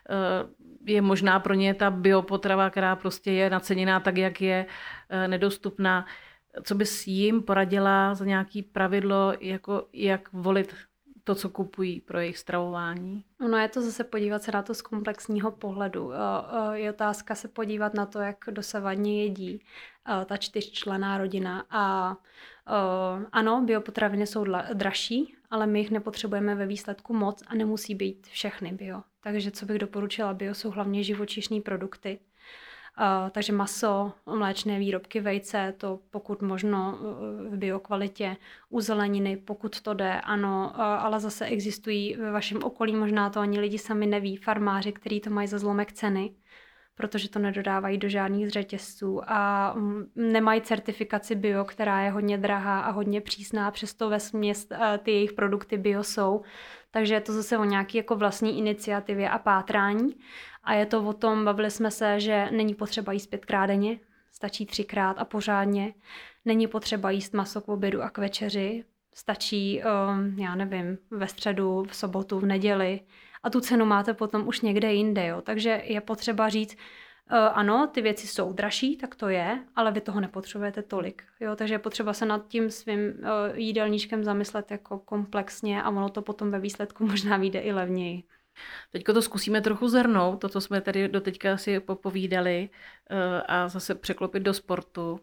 je možná pro ně ta biopotrava, která prostě je naceněná tak, jak je, nedostupná. Co bys jim poradila za nějaké pravidlo, jako jak volit to, co kupují pro jejich stravování? Ono je to zase podívat se na to z komplexního pohledu. Je otázka se podívat na to, jak dosavadně jedí ta čtyřčlenná rodina. A ano, biopotraviny jsou dražší, ale my jich nepotřebujeme ve výsledku moc a nemusí být všechny bio. Takže co bych doporučila, bio jsou hlavně živočišní produkty. Uh, takže maso, mléčné výrobky, vejce, to pokud možno v biokvalitě, u zeleniny, pokud to jde, ano, uh, ale zase existují ve vašem okolí, možná to ani lidi sami neví, farmáři, kteří to mají za zlomek ceny, protože to nedodávají do žádných řetězců a nemají certifikaci bio, která je hodně drahá a hodně přísná, přesto vesměs uh, ty jejich produkty bio jsou. Takže je to zase o nějaké jako vlastní iniciativě a pátrání. A je to o tom, bavili jsme se, že není potřeba jíst pětkrát denně, stačí třikrát a pořádně. Není potřeba jíst maso k obědu a k večeři, stačí, um, já nevím, ve středu, v sobotu, v neděli. A tu cenu máte potom už někde jinde, jo. Takže je potřeba říct, uh, ano, ty věci jsou dražší, tak to je, ale vy toho nepotřebujete tolik. Jo. Takže je potřeba se nad tím svým uh, jídelníčkem zamyslet jako komplexně a ono to potom ve výsledku možná vyjde i levněji. Teďko to zkusíme trochu zhrnout, to, co jsme tady doteďka si popovídali, a zase překlopit do sportu.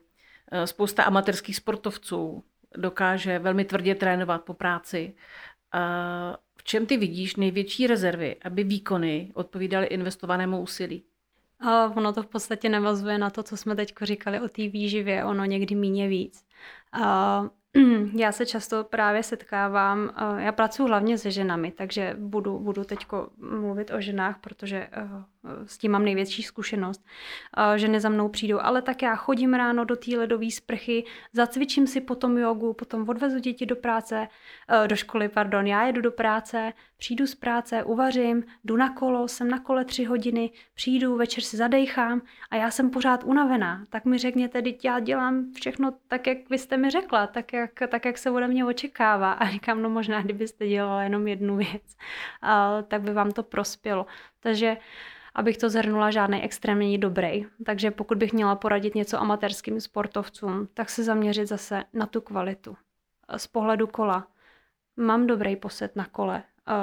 Spousta amatérských sportovců dokáže velmi tvrdě trénovat po práci. V čem ty vidíš největší rezervy, aby výkony odpovídaly investovanému úsilí? A ono to v podstatě navazuje na to, co jsme teď říkali o té výživě, ono někdy míně víc. A já se často právě setkávám, já pracuji hlavně se ženami, takže budu, budu teď mluvit o ženách, protože s tím mám největší zkušenost. Ženy za mnou přijdou, ale tak já chodím ráno do té ledové sprchy, zacvičím si potom jogu, potom odvezu děti do práce, do školy, pardon, já jedu do práce, přijdu z práce, uvařím, jdu na kolo, jsem na kole tři hodiny, přijdu, večer si zadejchám a já jsem pořád unavená. Tak mi řekněte, teď já dělám všechno tak, jak vy jste mi řekla, tak jak, tak, jak se ode mě očekává. A říkám, no možná, kdybyste dělala jenom jednu věc, tak by vám to prospělo. Takže abych to zhrnula, žádný extrém není dobrý. Takže pokud bych měla poradit něco amatérským sportovcům, tak se zaměřit zase na tu kvalitu. Z pohledu kola. Mám dobrý posed na kole.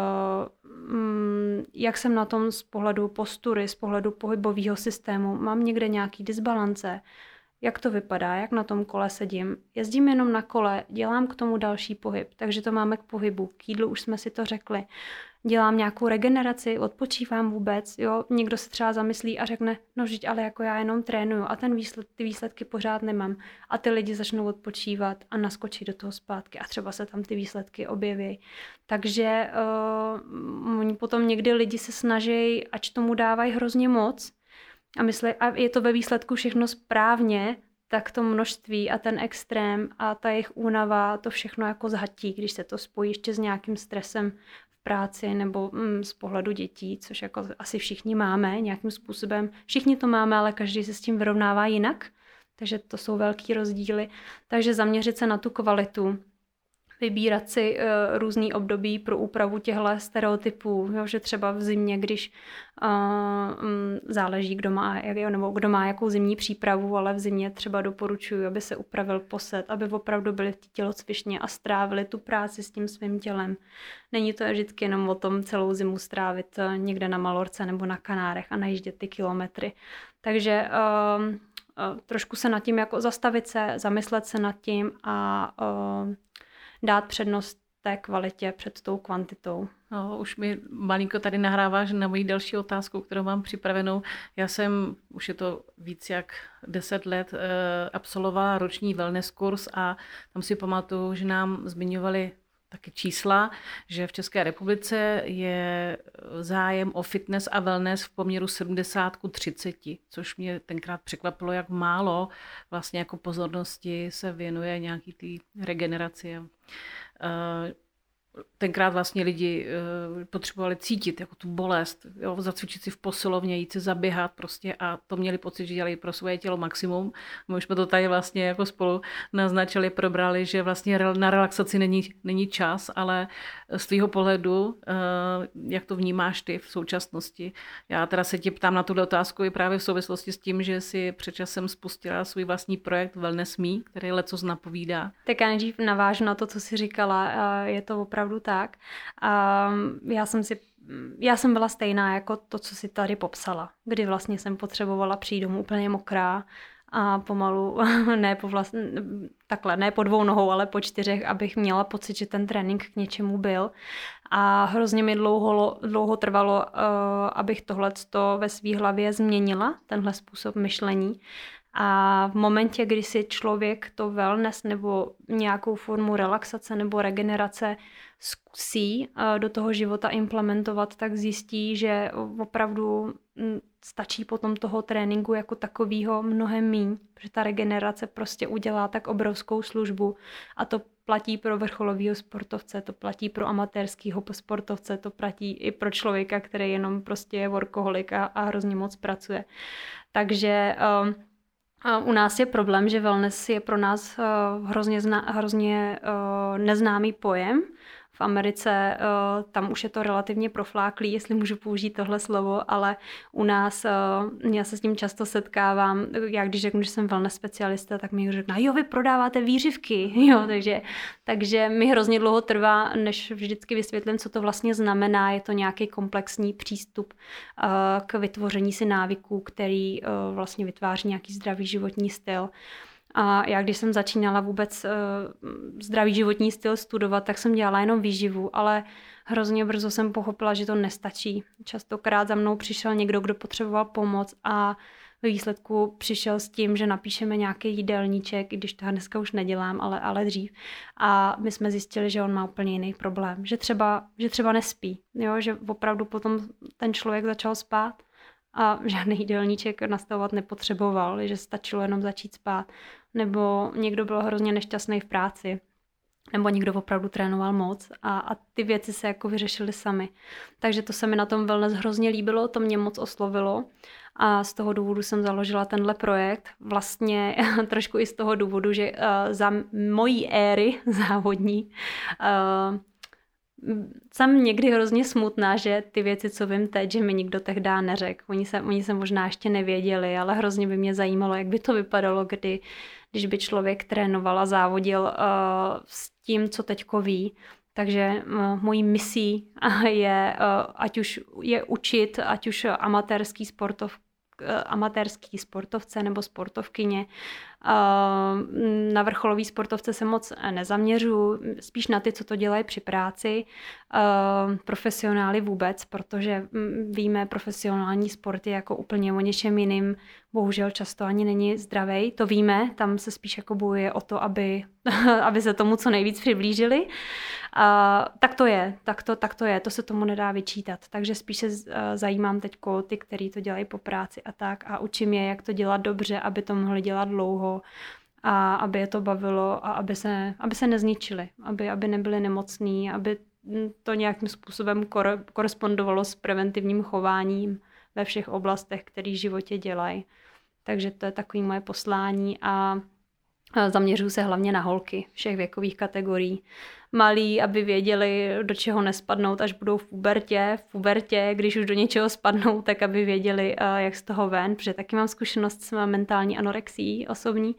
Jak jsem na tom z pohledu postury, z pohledu pohybového systému. Mám někde nějaký disbalance. Jak to vypadá, jak na tom kole sedím. Jezdím jenom na kole, dělám k tomu další pohyb, takže to máme k pohybu. K jídlu už jsme si to řekli. Dělám nějakou regeneraci, odpočívám vůbec, jo. Někdo se třeba zamyslí a řekne, no vždyť ale jako já jenom trénuju a ten výsled, ty výsledky pořád nemám. A ty lidi začnou odpočívat a naskočí do toho zpátky a třeba se tam ty výsledky objeví. Takže uh, oni potom někdy lidi se snaží, ač tomu dávají hrozně moc, a myslí, a je to ve výsledku všechno správně, tak to množství a ten extrém a ta jejich únava, to všechno jako zhatí, když se to spojí ještě s nějakým stresem v práci nebo mm, z pohledu dětí, což jako asi všichni máme nějakým způsobem. Všichni to máme, ale každý se s tím vyrovnává jinak, takže to jsou velký rozdíly. Takže zaměřit se na tu kvalitu, vybírat si uh, různý období pro úpravu těchto stereotypů, jo, že třeba v zimě, když uh, um, záleží, kdo má, jak, nebo kdo má jakou zimní přípravu, ale v zimě třeba doporučuji, aby se upravil posed, aby opravdu byli v tělocvičně a strávili tu práci s tím svým tělem. Není to vždycky jenom o tom celou zimu strávit uh, někde na Malorce nebo na Kanárech a najíždět ty kilometry. Takže uh, uh, trošku se nad tím jako zastavit se, zamyslet se nad tím a uh, dát přednost té kvalitě před tou kvantitou. No, už mi malinko tady nahráváš na moji další otázku, kterou mám připravenou. Já jsem, už je to víc jak deset let, eh, absolvovala roční wellness kurz a tam si pamatuju, že nám zmiňovali taky čísla, že v České republice je zájem o fitness a wellness v poměru sedmdesát ku třiceti, což mě tenkrát překvapilo, jak málo vlastně jako pozornosti se věnuje nějaký té regeneraci. Tenkrát vlastně lidi potřebovali cítit jako tu bolest, jo, zacvičit si v posilovně, jít si zaběhat prostě a to měli pocit, že dělají pro svoje tělo maximum. My už jsme to tady vlastně jako spolu naznačili, probrali, že vlastně na relaxaci není, není čas, ale z tvýho pohledu, jak to vnímáš ty v současnosti. Já teda se tě ptám na tuhle otázku i právě v souvislosti s tím, že si před časem spustila svůj vlastní projekt Wellness Me, který lecos napovídá. Tak já nejdřív navážu na to, co jsi říkala, je to opravdu tak. A já jsem si já jsem byla stejná jako to, co si tady popsala, kdy vlastně jsem potřebovala přijít domů úplně mokrá a pomalu, ne po vlast, takhle, ne po dvou nohou, ale po čtyřech, abych měla pocit, že ten trénink k něčemu byl. A hrozně mi dlouho, dlouho trvalo, uh, abych tohleto ve svý hlavě změnila, tenhle způsob myšlení. A v momentě, kdy si člověk to wellness nebo nějakou formu relaxace nebo regenerace zkusí do toho života implementovat, tak zjistí, že opravdu stačí potom toho tréninku jako takového mnohem míň, protože ta regenerace prostě udělá tak obrovskou službu a to platí pro vrcholového sportovce, to platí pro amatérského sportovce, to platí i pro člověka, který jenom prostě je workoholik a, a hrozně moc pracuje. Takže um, u nás je problém, že wellness je pro nás uh, hrozně, zna, hrozně uh, neznámý pojem. V Americe uh, tam už je to relativně profláklý, jestli můžu použít tohle slovo, ale u nás, uh, já se s tím často setkávám, já když řeknu, že jsem wellness specialista, tak mi řekne, jo, vy prodáváte výřivky, jo, takže, takže mi hrozně dlouho trvá, než vždycky vysvětlím, co to vlastně znamená, je to nějaký komplexní přístup uh, k vytvoření si návyků, který uh, vlastně vytváří nějaký zdravý životní styl. A já, když jsem začínala vůbec uh, zdravý životní styl studovat, tak jsem dělala jenom výživu, ale hrozně brzo jsem pochopila, že to nestačí. Častokrát za mnou přišel někdo, kdo potřeboval pomoc a ve výsledku přišel s tím, že napíšeme nějaký jídelníček, i když to dneska už nedělám, ale, ale dřív. A my jsme zjistili, že on má úplně jiný problém. Že třeba, že třeba nespí. Jo? Že opravdu potom ten člověk začal spát a žádný jídelníček nastavovat nepotřeboval, že stačilo jenom začít spát. Nebo někdo byl hrozně nešťastný v práci. Nebo někdo opravdu trénoval moc a, a ty věci se jako vyřešily sami. Takže to se mi na tom wellness hrozně líbilo, to mě moc oslovilo a z toho důvodu jsem založila tenhle projekt. Vlastně trošku i z toho důvodu, že uh, za mojí éry závodní uh, jsem někdy hrozně smutná, že ty věci, co vím teď, že mi nikdo tehdy neřekl. Oni se, oni se možná ještě nevěděli, ale hrozně by mě zajímalo, jak by to vypadalo, kdy, když by člověk trénoval a závodil uh, s tím, co teďko ví. Takže uh, mojí misí je, uh, ať už je učit, ať už amatérský sportov, uh, amatérský sportovce nebo sportovkyně. Na vrcholový sportovce se moc nezaměřuji, spíš na ty, co to dělají při práci, profesionály vůbec, protože víme, profesionální sport je jako úplně o něčem jiným, bohužel často ani není zdravej, to víme, tam se spíš jako bojuje o to, aby, aby se tomu co nejvíc přiblížili. A, tak to je, tak to, tak to je, to se tomu nedá vyčítat, takže spíš se zajímám teďko ty, který to dělají po práci a tak a učím je, jak to dělat dobře, aby to mohli dělat dlouho a aby je to bavilo a aby se, aby se nezničili, aby, aby nebyli nemocní, aby to nějakým způsobem korespondovalo s preventivním chováním ve všech oblastech, které v životě dělají. Takže to je takové moje poslání a zaměřuju se hlavně na holky všech věkových kategorií. Malí, aby věděli, do čeho nespadnout, až budou v pubertě. V pubertě, když už do něčeho spadnou, tak aby věděli, jak z toho ven, protože taky mám zkušenost s mentální anorexií osobní.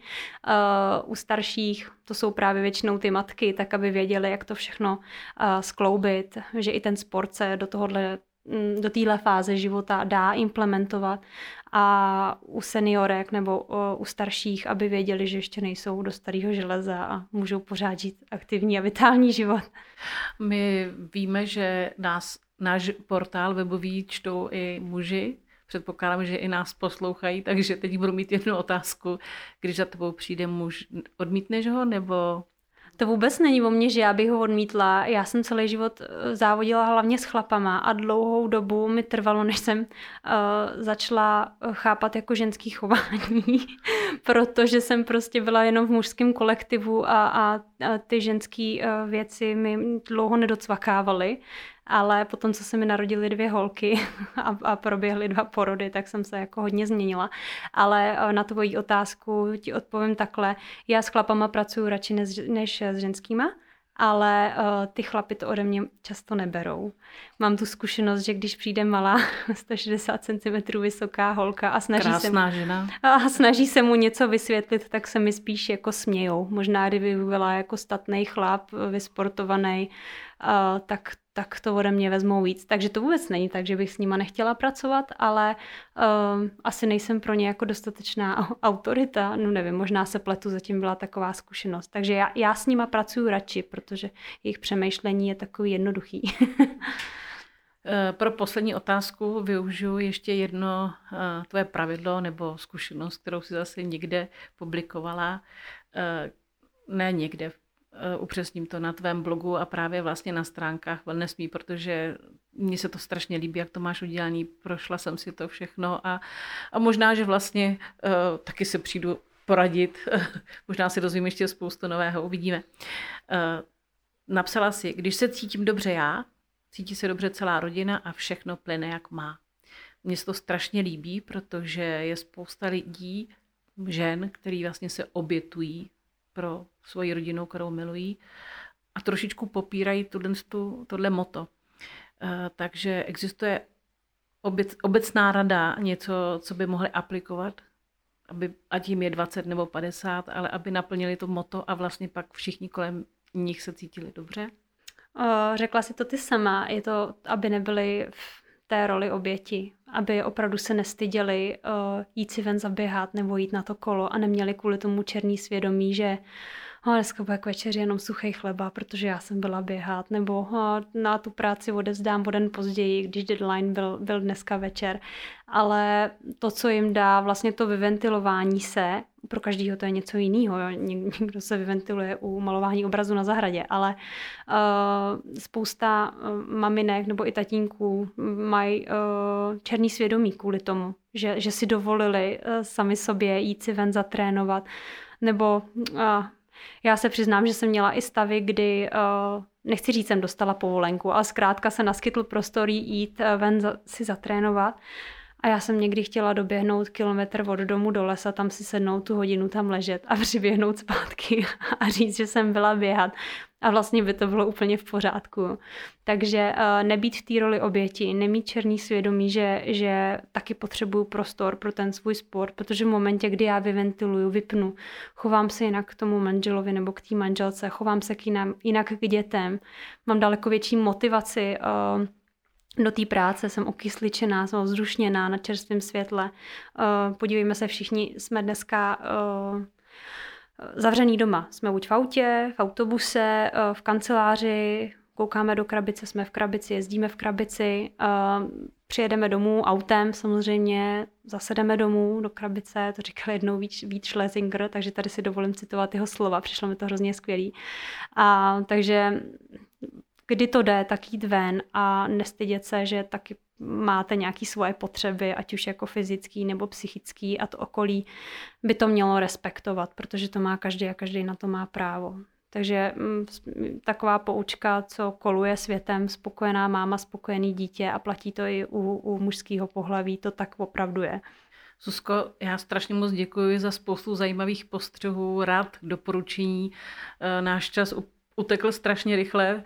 U starších, to jsou právě většinou ty matky, tak aby věděli, jak to všechno skloubit, že i ten sport se do tohohle do téhle fáze života dá implementovat a u seniorek nebo u starších, aby věděli, že ještě nejsou do starého železa a můžou pořád žít aktivní a vitální život. My víme, že nás, náš portál webový čtou i muži. Předpokládám, že i nás poslouchají, takže teď budu mít jednu otázku. Když za tebou přijde muž, odmítneš ho nebo... To vůbec není o mně, že já bych ho odmítla. Já jsem celý život závodila hlavně s chlapama a dlouhou dobu mi trvalo, než jsem uh, začala chápat jako ženský chování, protože jsem prostě byla jenom v mužském kolektivu a, a, a ty ženské uh, věci mi dlouho nedocvakávaly. Ale potom, co se mi narodily dvě holky a, a proběhly dva porody, tak jsem se jako hodně změnila. Ale na tvoji otázku ti odpovím takhle. Já s chlapama pracuji radši než, než s ženskýma, ale uh, ty chlapy to ode mě často neberou. Mám tu zkušenost, že když přijde malá sto šedesát centimetrů vysoká holka a snaží se, mu, a snaží se mu něco vysvětlit, tak se mi spíš jako smějou. Možná kdyby byla jako statný chlap, vysportovaný, uh, tak tak to ode mě vezmou víc. Takže to vůbec není tak, že bych s nima nechtěla pracovat, ale uh, asi nejsem pro ně jako dostatečná autorita. No nevím, možná se pletu, zatím byla taková zkušenost. Takže já, já s nima pracuji radši, protože jejich přemýšlení je takový jednoduchý. Pro poslední otázku využiju ještě jedno uh, tvoje pravidlo nebo zkušenost, kterou si zase někde publikovala. Uh, ne někde, upřesním to na tvém blogu a právě vlastně na stránkách Wellness Me, protože mně se to strašně líbí, jak to máš udělaný, prošla jsem si to všechno a, a možná, že vlastně uh, taky se přijdu poradit, možná si dozvím ještě spoustu nového, uvidíme. Uh, napsala si, když se cítím dobře já, cítí se dobře celá rodina a všechno plyne jak má. Mně se to strašně líbí, protože je spousta lidí, žen, který vlastně se obětují pro svoji rodinu, kterou milují a trošičku popírají tuhle, tohle moto. E, takže existuje obec, obecná rada, něco, co by mohli aplikovat, aby, ať jim je dvacet nebo padesát, ale aby naplnili to moto a vlastně pak všichni kolem nich se cítili dobře? Řekla si to ty sama, je to, aby nebyli té roli oběti, aby opravdu se nestyděli uh, jít si ven zaběhat nebo jít na to kolo a neměli kvůli tomu černý svědomí, že oh, dneska bude k večeři jenom suchý chleba, protože já jsem byla běhat, nebo oh, na tu práci odevzdám o den později, když deadline byl, byl dneska večer. Ale to, co jim dá vlastně to vyventilování se, pro každého to je něco jiného. Někdo se vyventiluje u malování obrazu na zahradě, ale uh, spousta uh, maminek nebo i tatínků mají uh, černý svědomí kvůli tomu, že, že si dovolili uh, sami sobě jít si ven zatrénovat, nebo uh, já se přiznám, že jsem měla i stavy, kdy, uh, nechci říct, jsem dostala povolenku, ale zkrátka se naskytl prostor jít ven za, si zatrénovat. A já jsem někdy chtěla doběhnout kilometr od domu do lesa, tam si sednout tu hodinu tam ležet a přiběhnout zpátky a říct, že jsem byla běhat. A vlastně by to bylo úplně v pořádku. Takže uh, nebýt v té roli oběti, nemít černý svědomí, že, že taky potřebuju prostor pro ten svůj sport, protože v momentě, kdy já vyventiluju, vypnu, chovám se jinak k tomu manželovi nebo k té manželce, chovám se k jinam, jinak k dětem, mám daleko větší motivaci uh, do té práce, jsem okysličená, jsem vzdušněná na čerstvém světle. Uh, podívejme se, všichni jsme dneska uh, zavřený doma. Jsme buď v autě, v autobuse, uh, v kanceláři, koukáme do krabice, jsme v krabici, jezdíme v krabici, uh, přijedeme domů autem samozřejmě, zasedeme domů do krabice, to říkal jednou Vít Schlesinger, takže tady si dovolím citovat jeho slova, přišlo mi to hrozně skvělý. A, takže kdy to jde, tak jít ven a nestydět se, že taky máte nějaké svoje potřeby, ať už jako fyzický nebo psychický, a to okolí by to mělo respektovat, protože to má každý a každý na to má právo. Takže m, taková poučka, co koluje světem, spokojená máma, spokojený dítě, a platí to i u, u mužského pohlaví, to tak opravdu je. Zuzko, já strašně moc děkuji za spoustu zajímavých postřehů, rad, doporučení. Náš čas utekl strašně rychle.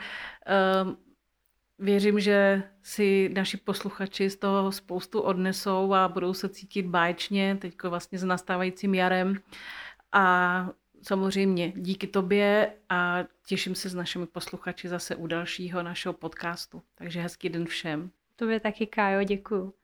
Věřím, že si naši posluchači z toho spoustu odnesou a budou se cítit báječně teď vlastně s nastávajícím jarem. A samozřejmě díky tobě a těším se s našimi posluchači zase u dalšího našeho podcastu. Takže hezký den všem. Tobě taky, Kájo, děkuju.